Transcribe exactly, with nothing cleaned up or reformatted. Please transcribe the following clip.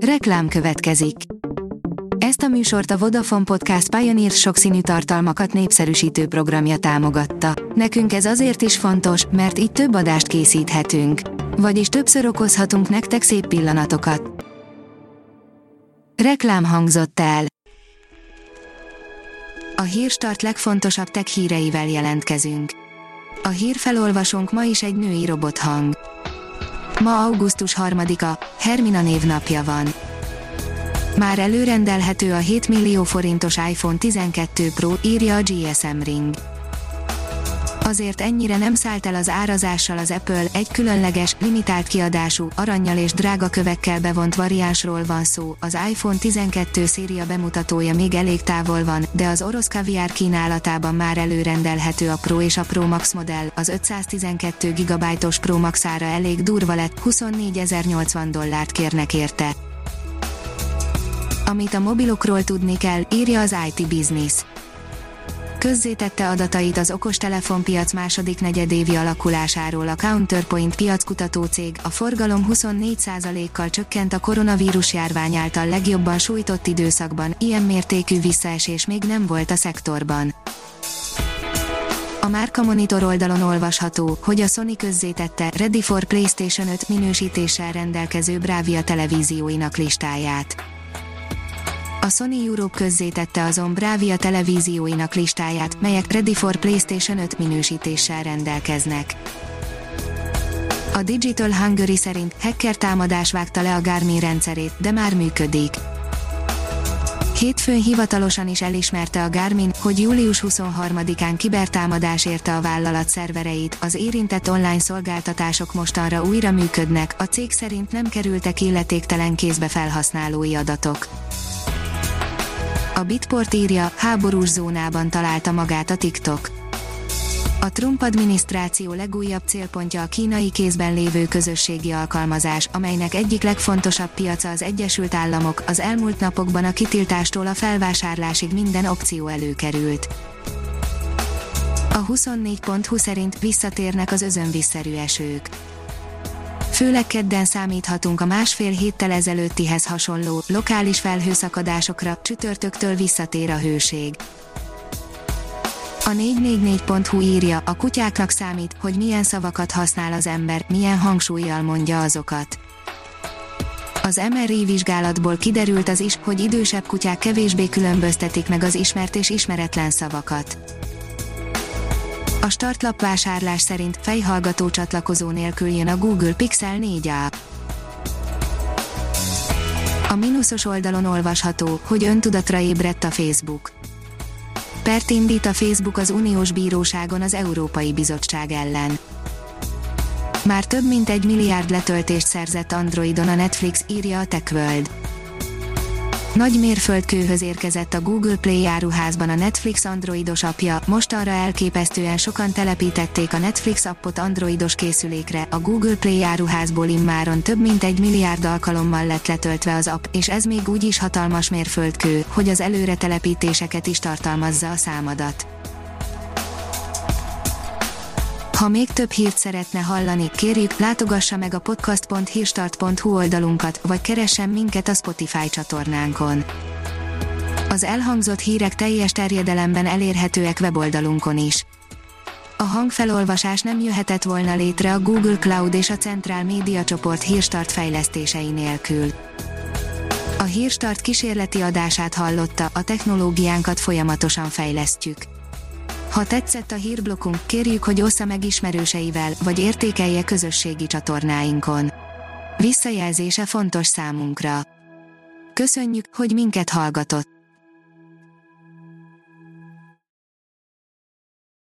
Reklám következik. Ezt a műsort a Vodafone Podcast Pioneer sokszínű tartalmakat népszerűsítő programja támogatta. Nekünk ez azért is fontos, mert így több adást készíthetünk. Vagyis többször okozhatunk nektek szép pillanatokat. Reklám hangzott el. A Hírstart legfontosabb tech híreivel jelentkezünk. A hírfelolvasónk ma is egy női robothang. Ma augusztus harmadika, Hermina névnapja van. Már előrendelhető a hét millió forintos iPhone tizenkettő Pro, írja a gé es em Ring. Azért ennyire nem szállt el az árazással az Apple, egy különleges, limitált kiadású, arannyal és drága kövekkel bevont variánsról van szó, az iPhone tizenkettő széria bemutatója még elég távol van, de az orosz kaviár kínálatában már előrendelhető a Pro és a Pro Max modell, az ötszáztizenkettő gigabájtos Pro Max ára elég durva lett, huszonnégyezer-nyolcvan dollárt kérnek érte. Amit a mobilokról tudni kell, írja az i té Business. Közzétette adatait az okostelefonpiac második negyedévi alakulásáról a Counterpoint piackutató cég, a forgalom huszonnégy százalékkal csökkent a koronavírus járvány által legjobban sújtott időszakban, ilyen mértékű visszaesés még nem volt a szektorban. A Márka Monitor oldalon olvasható, hogy a Sony közzétette Ready for PlayStation öt minősítéssel rendelkező Bravia televízióinak listáját. A Sony Europe közzétette azon Bravia televízióinak listáját, melyek Ready for PlayStation öt minősítéssel rendelkeznek. A Digital Hungary szerint hacker támadás vágta le a Garmin rendszerét, de már működik. Hétfőn hivatalosan is elismerte a Garmin, hogy július huszonharmadikán kibertámadás érte a vállalat szervereit, az érintett online szolgáltatások mostanra újra működnek, a cég szerint nem kerültek illetéktelen kézbe felhasználói adatok. A Bitport írja, háborús zónában találta magát a TikTok. A Trump adminisztráció legújabb célpontja a kínai kézben lévő közösségi alkalmazás, amelynek egyik legfontosabb piaca az Egyesült Államok, az elmúlt napokban a kitiltástól a felvásárlásig minden opció előkerült. A huszonnégy pont hu szerint visszatérnek az özönvízszerű esők. Főleg kedden számíthatunk a másfél héttel ezelőttihez hasonló, lokális felhőszakadásokra, csütörtöktől visszatér a hőség. A négy négy négy pont hu írja, a kutyáknak számít, hogy milyen szavakat használ az ember, milyen hangsúllyal mondja azokat. Az em er i vizsgálatból kiderült az is, hogy idősebb kutyák kevésbé különböztetik meg az ismert és ismeretlen szavakat. A startlap vásárlás szerint fejhallgató csatlakozó nélkül jön a Google Pixel négy á. A mínuszos oldalon olvasható, hogy öntudatra ébredt a Facebook. Pert indít a Facebook az uniós bíróságon az Európai Bizottság ellen. Már több mint egy milliárd letöltést szerzett Androidon a Netflix, írja a TechWorld. Nagy mérföldkőhöz érkezett a Google Play áruházban a Netflix androidos appja, mostanra elképesztően sokan telepítették a Netflix appot androidos készülékre, a Google Play áruházból immáron több mint egy milliárd alkalommal lett letöltve az app, és ez még úgy is hatalmas mérföldkő, hogy az előre telepítéseket is tartalmazza a számadat. Ha még több hírt szeretne hallani, kérjük, látogassa meg a podcast pont hírstart pont hu oldalunkat, vagy keressen minket a Spotify csatornánkon. Az elhangzott hírek teljes terjedelemben elérhetőek weboldalunkon is. A hangfelolvasás nem jöhetett volna létre a Google Cloud és a Centrál Média csoport Hírstart fejlesztései nélkül. A Hírstart kísérleti adását hallotta, a technológiánkat folyamatosan fejlesztjük. Ha tetszett a hírblokkunk, kérjük, hogy ossza meg ismerőseivel, vagy értékelje közösségi csatornáinkon. Visszajelzése fontos számunkra. Köszönjük, hogy minket hallgatott!